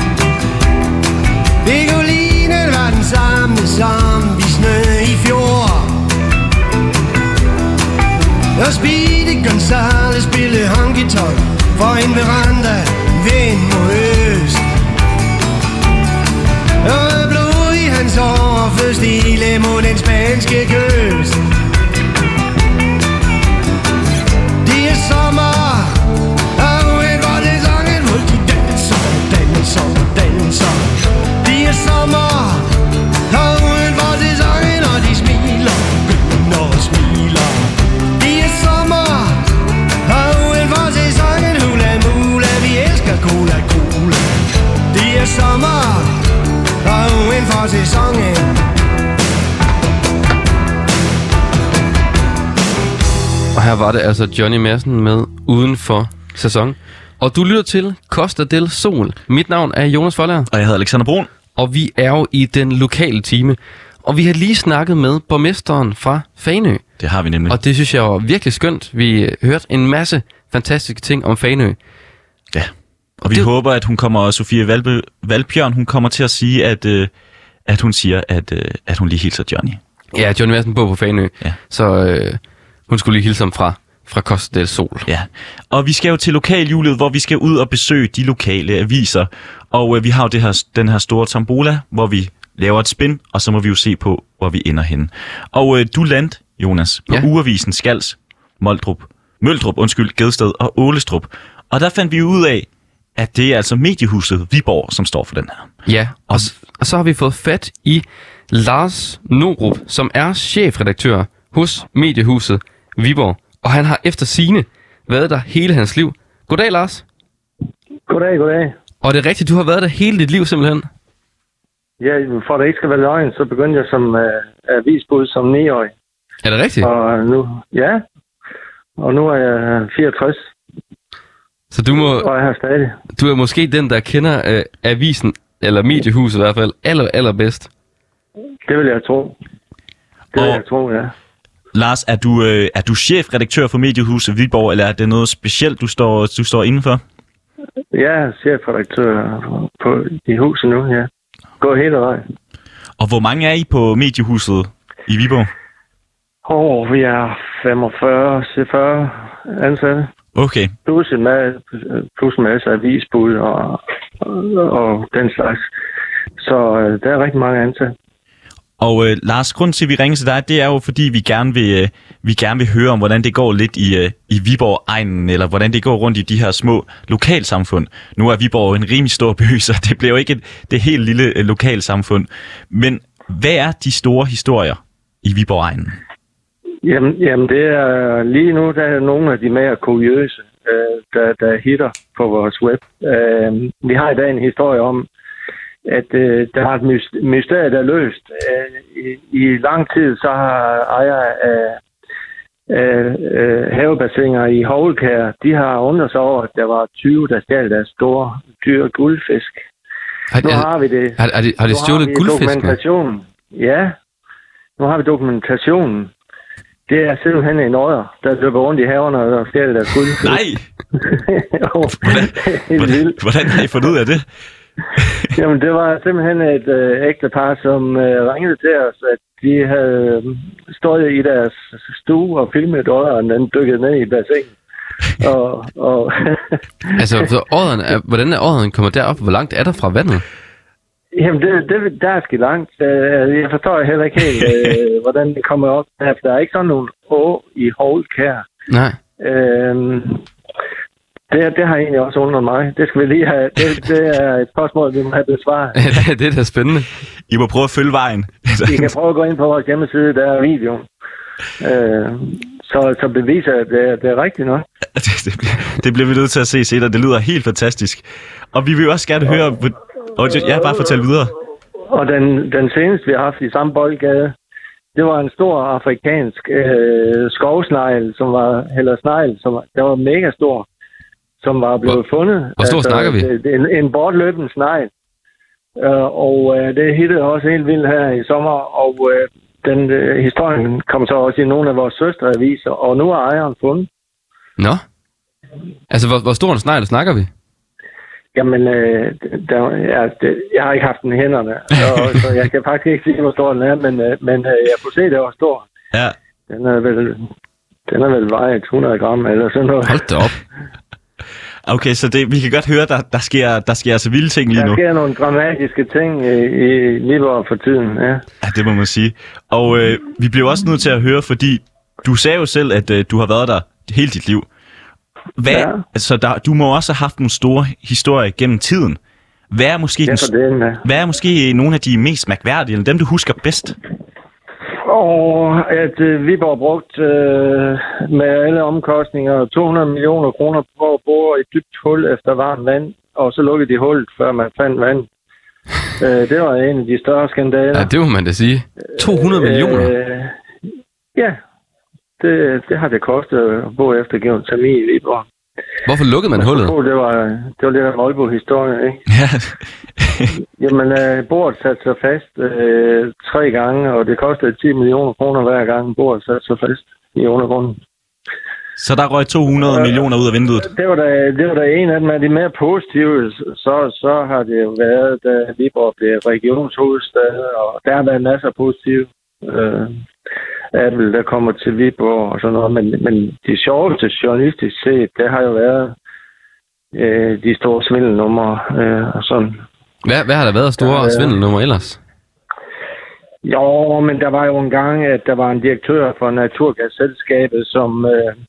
Vigolinen var den samme som vi snød i fjor. Og Speedy Gonzales spillede honky-tonk for en veranda, vind mod øst. Og blod i hans hår, først stille mod den spanske kyst. Det er sommer, det er sommer, og uden for sæsonen, og de smiler, begynder og smiler. Det er sommer, og uden for sæsonen, hula mula, vi elsker cola, cola. Det er sommer, og uden for sæsonen. Og her var det altså Johnny Madsen med Uden for sæson. Og du lytter til Costa del Sol. Mit navn er Jonas Foldager. Og jeg hedder Alexander Brun. Og vi er jo i den lokale time. Og vi har lige snakket med borgmesteren fra Fanø. Det har vi nemlig. Og det synes jeg var virkelig skønt. Vi hørte en masse fantastiske ting om Fanø. Ja, og vi håber, at hun kommer, Sofie Valbjørn, hun kommer til at sige, at hun siger, at hun lige hilser Johnny. Ja, Johnny Madsen bor på Fanø. Ja. Så hun skulle lige hilse ham fra Costa del Sol. Ja, og vi skal jo til lokalhjulet, hvor vi skal ud og besøge de lokale aviser. Og vi har jo den her store tombola, hvor vi laver et spin, og så må vi jo se på, hvor vi ender henne. Og du landte, Jonas, på Ugeavisen Skals, Møldrup, Gedsted og Ålestrup. Og der fandt vi ud af, at det er altså mediehuset Viborg, som står for den her. Ja, og så har vi fået fat i Lars Norup, som er chefredaktør hos mediehuset Viborg. Og han har efter sigende været der hele hans liv. Goddag, Lars. Goddag. Og det er rigtigt, du har været der hele dit liv simpelthen? Ja, for at det ikke skal være løgn, så begyndte jeg som avisbud som 9-årig. Er det rigtigt? Og nu er jeg 64. Så og jeg har stadig. Du er måske den, der kender avisen, eller mediehuset i hvert fald, allerbedst. Det vil jeg tro. Ja. Lars, er du chefredaktør for mediehuset Viborg, eller er det noget specielt, du står indenfor? Jeg er chefredaktør i huset nu, ja. Går hele vejen. Og hvor mange er I på mediehuset i Viborg? Vi er 45-40 ansatte. Okay. Plus en masse avisbud og den slags. Så der er rigtig mange ansatte. Og Lars, grunden til, at vi ringer til dig, det er jo, fordi vi gerne vil høre om, hvordan det går lidt i Viborg-egnen, eller hvordan det går rundt i de her små lokalsamfund. Nu er Viborg en rimelig stor by, så det bliver jo ikke det helt lille lokalsamfund. Men hvad er de store historier i Viborg-egnen? Jamen, det er lige nu, der er nogle af de mere kuriøse, der hitter på vores web. Vi har i dag en historie om at der har et mysterie, der er løst. I lang tid, så har ejere af havebassiner i Houlkær, de har undret sig over, at der var 20, der stjal deres store dyre guldfisk. Nu har vi det. Har de stjålet guldfisken? Dokumentationen. Ja, nu har vi dokumentationen. Det er simpelthen en odder, der løber rundt i haverne og stjæler deres guldfisk. Nej! Hvordan har I fundet ud af det? Jamen, det var simpelthen et ægtepar, som ringede til os, at de havde stået i deres stue og filmet odderen, den dykkede ned i bassinet. Altså, hvordan er odderen kommet derop? Hvor langt er der fra vandet? Jamen, der er sgu langt. Jeg forstår heller ikke helt, hvordan det kommer op. Der er ikke sådan nogen å i Houlkær. Nej. Det har egentlig også undret mig. Det skal vi lige have. Det er et spørgsmål, vi må have besvaret. Det er da spændende. I må prøve at følge vejen. I kan prøve at gå ind på vores hjemmeside, der er videoen. Så beviser at det er rigtigt nok. Det bliver vi nødt til at se senere. Det lyder helt fantastisk. Og vi vil også gerne høre... bare fortæl videre. Og den seneste, vi har haft i samme boldgade, det var en stor afrikansk skovsnegl, som der var mega stor, som var blevet fundet. Hvor stor snakker vi? En bortløbende snegl. Og det hittede også helt vildt her i sommer, og den historien kom så også i nogle af vores søsteraviser, og nu er ejeren fundet. Nå? Altså, hvor stor en snegl snakker vi? Jamen, jeg har ikke haft den i hænderne, så jeg kan faktisk ikke sige, hvor stor den er, men jeg kunne se, det var stor. Ja. Den er vel vejet 100 gram eller sådan noget. Hold da op. Okay, så vi kan godt høre, der sker altså vilde ting lige nu. Der sker nogle dramatiske ting i Viborg for tiden, ja. Ja, det må man sige. Og vi blev også nødt til at høre, fordi du sagde jo selv, at du har været der hele dit liv. Du må også have haft nogle store historier gennem tiden. Hvad er måske nogle af de mest mærkværdige, eller dem du husker bedst? At Viborg brugt med alle omkostninger 200 millioner kroner på at bore et dybt hul efter varmt vand, og så lukkede de hullet, før man fandt vand. Det var en af de større skandaler. Ja, det må man da sige. 200 millioner? Ja, det har det kostet at bo efter geotermi i Viborg. Hvorfor lukkede man hullet? Det var lidt af en Aalborg-historie, ikke? Ja. Jamen, bordet satte sig fast 3 gange, og det kostede 10 millioner kroner hver gang, bordet satte sig fast i undergrunden. Så der røg 200 millioner ud af vinduet? Det var da en af dem af de mere positive. Så har det jo været, da Viborg blev regionshovedstad, og der har været masser af positive. Der kommer til Viborg og sådan noget, men de sjoveste journalistisk set, det har jo været de store svindelnumre og sådan. Hvad har der været store svindelnumre ellers? Jo, men der var jo en gang, at der var en direktør for Naturgasselskabet, som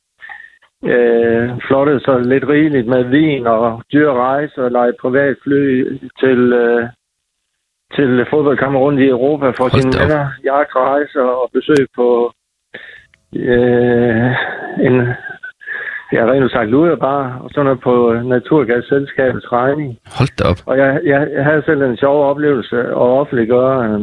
flottede sig lidt rigeligt med vin og dyre rejser og lejede privat fly til fodboldkammer rundt i Europa for sine venner, jagtrejser og besøg på rent sagt luderbar og sådan noget på Naturgasselskabets regning. Hold da op. Og jeg havde selv en sjov oplevelse at offentliggøre.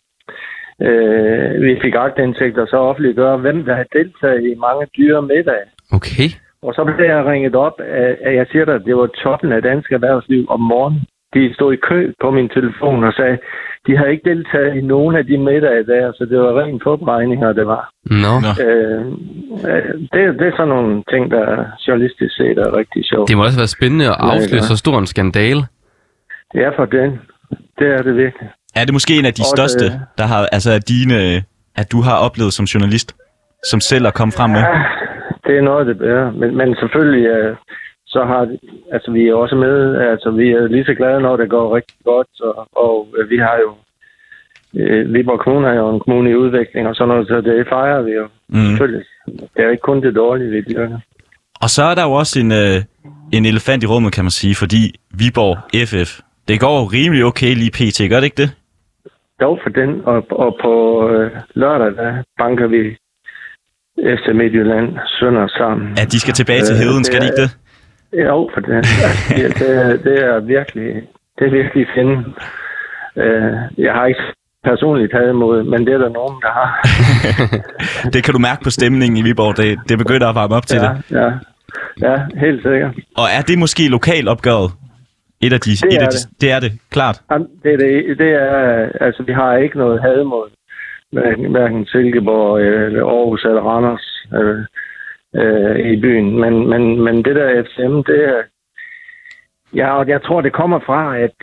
Vi fik aktindsigt og så offentliggøre, hvem der havde deltaget i mange dyre middage. Okay. Og så blev jeg ringet op, at jeg siger dig, at det var toppen af dansk erhvervsliv om morgenen. De stod i kø på min telefon og sagde, de har ikke deltaget i nogen af de middage der, så det var rent forberegninger, det var. No. Det er sådan nogle ting, der journalistisk set er rigtig sjovt. Det må også være spændende at afsløre så stor en skandale. Ja, for den. Det er det virkelig. Er det måske en af de største, der har, altså at du har oplevet som journalist, som selv er kommet frem med? Ja, det er noget, det er. Men selvfølgelig... Så har vi er også med, altså vi er lige så glade, når det går rigtig godt, og vi har jo, Viborg Kommune er jo en kommune i udvikling og sådan noget, så det fejrer vi jo selvfølgelig. Det er ikke kun det dårlige, vi dyrker. Og så er der jo også en elefant i rummet, kan man sige, fordi Viborg FF, det går jo rimelig okay lige pt, gør det ikke det? Jo, for den, og på lørdag, der banker vi FC Midtjylland sønder sammen. At de skal tilbage til heden, skal de ikke det? Jo, for det er virkelig fint. Jeg har ikke personligt taget imod, men det er der nogen, der har. Det kan du mærke på stemningen i Viborg. Det begynder at varme op til det. Ja, helt sikkert. Og er det måske lokalopgøret? Det er det, klart. Det er, altså vi har ikke noget had mod hverken Silkeborg, eller Aarhus eller Randers i byen. Men det der FCM, det er... Ja, og jeg tror, det kommer fra, at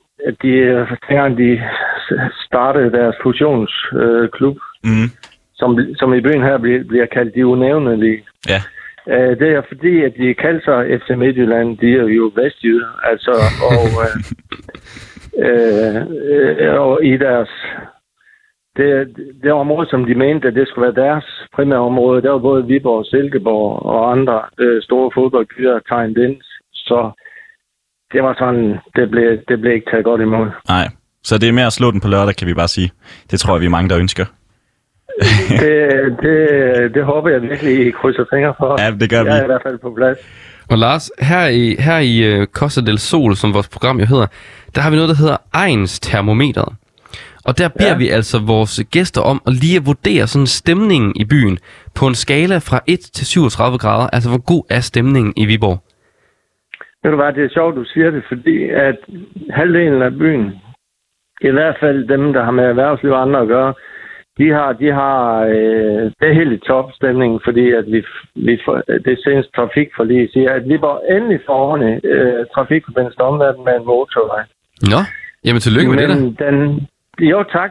de startede deres fusionsklub, som i byen her bliver kaldt de unævnelige. Ja. Det er fordi, at de kalder sig FC Midtjylland, de er jo vestjyder, altså, og i deres det område, som de mente, at det skulle være deres primære område, der var både Viborg, Silkeborg og andre store fodboldbyer tegnet ind, så det var sådan, det blev ikke taget godt imod. Nej, så det er mere at slå den på lørdag, kan vi bare sige. Det tror jeg, vi er mange, der ønsker. Det håber jeg virkelig, I krydser fingre for. Ja, det gør vi. Jeg er i hvert fald på plads. Og Lars, her i Costa del Sol, som vores program jo hedder, der har vi noget, der hedder Egens Termometer. Og der beder vi altså vores gæster om at lige at vurdere sådan stemningen i byen på en skala fra 1 til 37 grader. Altså, hvor god er stemningen i Viborg? Ved du hvad, det er sjovt, du siger det, fordi at halvdelen af byen, i hvert fald dem, der har med erhvervsliv og andre at gøre, de har det er helt i topstemningen, fordi at vi det seneste trafikforlig siger, at vi bør endelig få ordentligt trafikforbindelse omverden med en motorvej. Nå, jamen tillykke med det der. Jo, tak.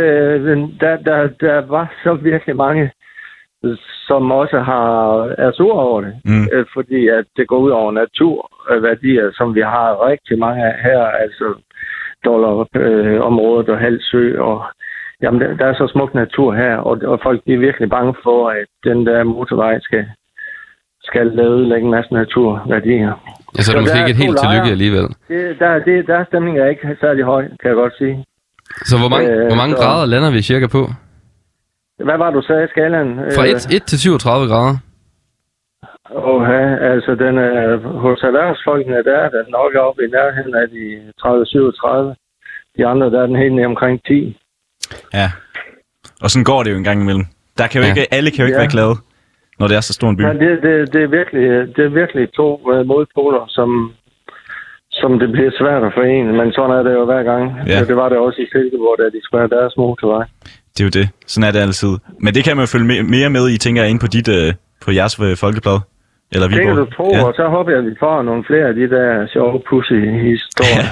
Der var så virkelig mange, som også er sur over det, fordi at det går ud over naturværdier, som vi har rigtig mange af her, altså Dollerområdet og Halsø, og jamen, der er så smuk natur her, og folk er virkelig bange for, at den der motorvej skal ødelægge en masse naturværdier. Ja, så er det måske ikke et helt tillykke alligevel. Der stemningen er ikke særlig høj, kan jeg godt sige. Så hvor mange grader lander vi cirka på? Hvad var du sagde, skalaen? Fra 1 til 37 grader. Altså den er hos erhvervsfolkene, der er den nok oppe i nærheden af de 30-37. De andre, der er den helt ned omkring 10. Ja, og sådan går det jo en gang imellem. Der kan jo ikke, alle kan jo ikke være glade, når det er så stor en by. Ja, det er virkelig to modpoler, som det bliver svært at forene, men sådan er det jo hver gang. Ja. Det var det også i Silkeborg, da de skulle have deres motorvej. Det er jo det. Sådan er det altid. Men det kan man jo følge mere med i, tænker jeg, ind på på jeres folkeblad. Eller Viborg. Det kan du tro, og så håber jeg, at vi får nogle flere af de der sjove pussy historier.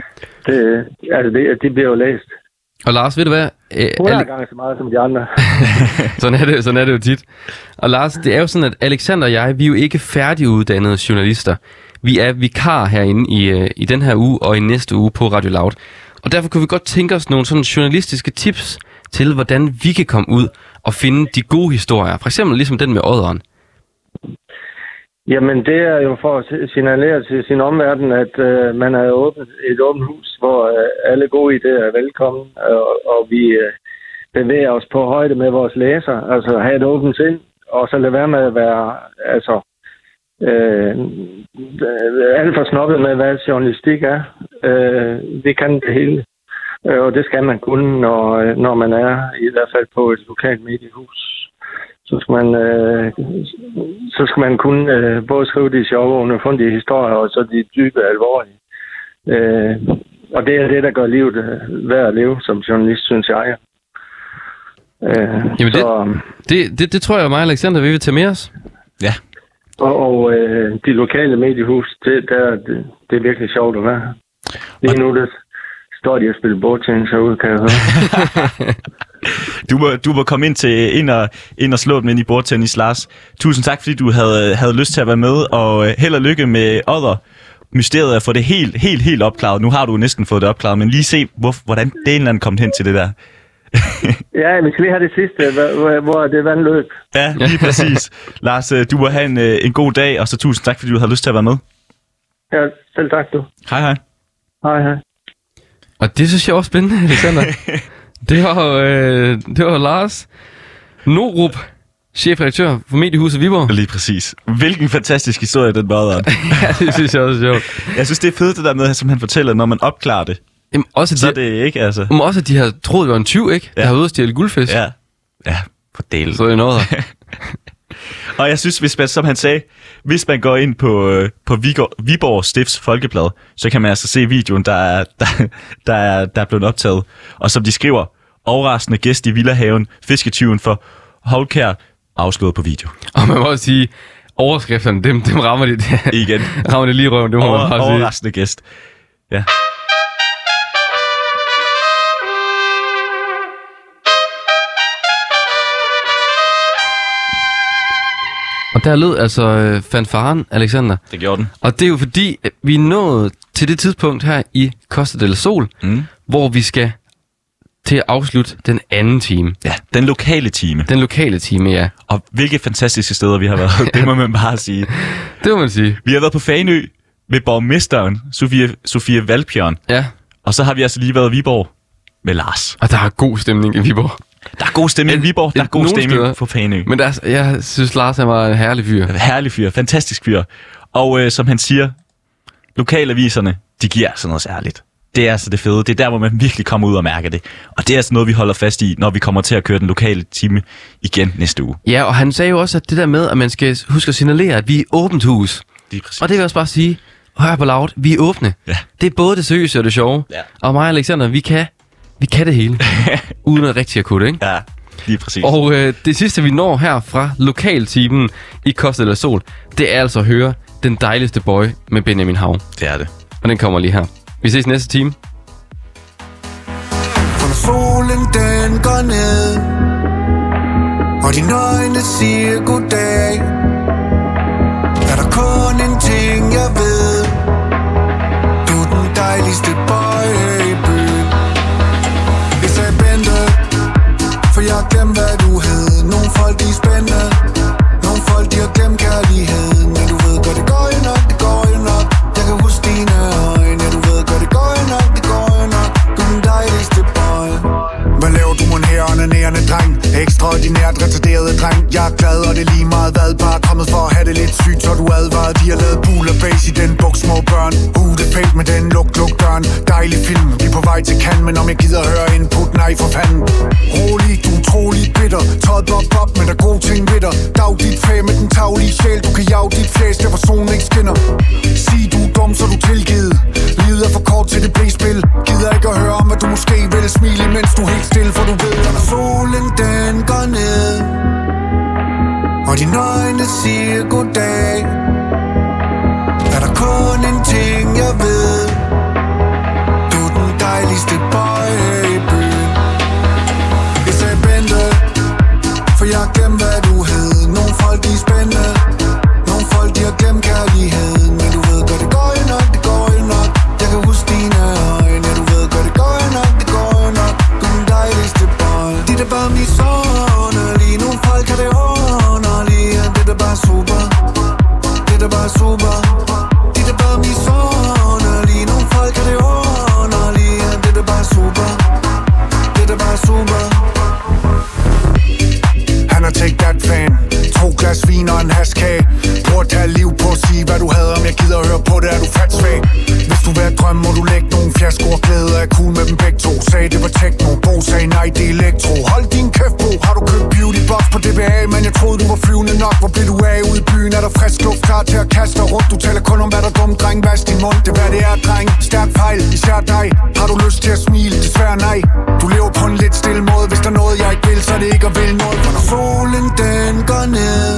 De bliver jo læst. Og Lars, ved du hvad? 100 gange så meget som de andre. sådan er det jo tit. Og Lars, det er jo sådan, at Alexander og jeg, vi er jo ikke færdiguddannede journalister. Vi er vikar herinde i den her uge og i næste uge på Radio Loud. Og derfor kunne vi godt tænke os nogle sådan journalistiske tips til, hvordan vi kan komme ud og finde de gode historier. For eksempel ligesom den med odderen. Jamen, det er jo for at signalere til sin omverden, at man er åbent et åbent hus, hvor alle gode idéer er velkommen, og vi bevæger os på højde med vores læser. Altså, have et åbent sind, og så lade være med at være alt for snobbet med, hvad journalistik er. Vi kan det hele, og det skal man kunne, når man er i hvert fald på et lokalt mediehus. Så skal man kunne både skrive de sjove og underfundige historier, og så de dybe alvorlige. Og det er det, der gør livet værd at leve som journalist, synes jeg. Jamen det tror jeg, mig og Alexander, vi vil tage med os. Ja. Og de lokale mediehus, det er virkelig sjovt at være. Lige nu, der står de og spiller bordtennis herude, kan jeg høre. Du må komme ind og slå dem ind i bordtennis, Lars. Tusind tak, fordi du havde lyst til at være med, og held og lykke med Odder. Mysteriet er for det helt opklaret. Nu har du næsten fået det opklaret, men lige se, hvordan det er en kommet hen til det der. Ja, vi skal lige have det sidste, hvor det vandløb. Ja, lige præcis. Lars, du må have en god dag, og så tusind tak, fordi du havde lyst til at være med. Ja, selv tak du. Hej. Hej. Og det synes jeg også spændende, Alexander. Det var Lars Norup, chefredaktør for Mediehuset Viborg. Lige præcis. Hvilken fantastisk historie, den var der. Ja, det synes jeg også er sjovt. Jeg synes, det er fedt det der med, som han fortæller, når man opklarer det. Jamen, også så er det ikke, altså. Men også, at de har troet, det var en tyv, ikke? Der har ude at stjæle guldfisk. Ja, på del. Så er det noget her. Og jeg synes, hvis man, som han sagde, hvis man går ind på Viborg Stifts Folkeblad, så kan man altså se videoen, der er blevet optaget. Og som de skriver, overraskende gæst i Villahaven, fisketyven for Holkær, afslået på video. Og man må også sige, overskrifterne, dem rammer det igen. Rammer det lige i røven, det må man bare sige. Overraskende gæst. Ja. Og der lød altså fanfaren, Alexander. Det gjorde den. Og det er jo fordi, at vi er nået til det tidspunkt her i Costa del Sol, hvor vi skal til at afslutte den anden time. Ja, den lokale time. Den lokale time, ja. Og hvilke fantastiske steder vi har været. Det må man bare sige. Det må man sige. Vi har været på Fanø med borgmesteren, Sofie Valbjørn. Ja. Og så har vi altså lige været i Viborg med Lars. Og der er god stemning i Viborg. Der er god stemning i Viborg, der er god stemning på Fanø. Men jeg synes, Lars var en herlig fyr. Herlig fyr, fantastisk fyr. Og som han siger, lokalaviserne, de giver altså noget særligt. Det er altså det fede. Det er der, hvor man virkelig kommer ud og mærker det. Og det er altså noget, vi holder fast i, når vi kommer til at køre den lokale time igen næste uge. Ja, og han sagde jo også, at det der med, at man skal huske at signalere, at vi er åbent hus. Og det vil jeg også bare sige, hør på loud, vi er åbne. Ja. Det er både det seriøse og det sjove. Ja. Og mig og Alexander, vi kan det hele. Uden at rigtig at kunne det, ikke? Ja, lige præcis. Og det sidste, vi når her fra lokaltimen i Costa del Sol, det er altså at høre Den dejligste boy med Benjamin Hav. Det er det. Og den kommer lige her. Vi ses næste time. For når solen den går ned, og dine øjne siger goddag, er der kun en ting jeg ved: du er den dejligste boy i byen. Jeg sagde Bente, for jeg har glemt hvad du hed. Nogle folk de er spændende, nogle folk de har glemt kærlighed. Men du ved godt det går jo nok, det går jo nok. Jeg kan huske dine øjne, du ved godt det går jo nok, det går jo nok. Du er den dejligste boy. Hvad laver du mon her, onanerende dreng? Ekstraordinært retarderet dreng. Jeg er glad, og det er lige meget hvad. Bare kommet for at have det lidt sygt, så du advaret. De har lavet bul og base i den buk, små børn. Det er fake med den luk døren. Dejlig film, vi er på vej til Cannes. Men om jeg gider høre input, nej for fanden. Rolig, du er utrolig bitter. Tøjet bob, men der er gode ting ved dig. Dag dit fag med den taglige sjæl. Du kan jage dit flæs, der hvor solen ikke skinner. Sig du er dum, så du tilgivet. Livet er for kort til det blæspil. Gider ikke at høre om, hvad du måske vil. Smile, mens du er helt stille, for du ved, når solen den går ned, og dine øjne siger goddag, er der kun en ting jeg ved: du er den dejligste boy i byen. Jeg sagde Bente, for jeg har glemt hvad du hed. Nogle folk de er spændende, nogle folk de har glemt kærlighed. Men du ved godt det går jo nok, det går jo nok. Jeg kan huske dine øjne, du ved godt det går jo nok, det går jo nok. Du er den dejligste boy. Det er bare misundelige, nogle folk har det underlige. Det er bare super, det er bare super. Det er bare misundelige, nogle folk har det underlige. Det er bare super, det er bare super. Han er take that fan. 2 glas vin og en haskage. Prøv at tage liv på at sige hvad du havde. Om jeg gider at høre på det, er du fat svag. Hvis du vil have drømme, må du lægge nogle fiasko og glæde. Er cool med dem begge to. Sagde det var techno, Bo sagde nej, det er elektro. Hold din kæft, Bo. Har du købt beauty box på DBA? Men jeg troede du var flyvende nok. Hvor blev du af ude i byen? Er der frisk luft klar til at kaste dig rundt? Du taler kun om hvad der er dumt, dreng. Vask din mund, det er hvad det er, dreng. Stærk fejl, især dig. Har du lyst til at smile? Desværre nej. Du lever på en lidt stille måde. Hvis der er noget jeg ikke vil, så er det ikke at vil noget. For når solen den går ned,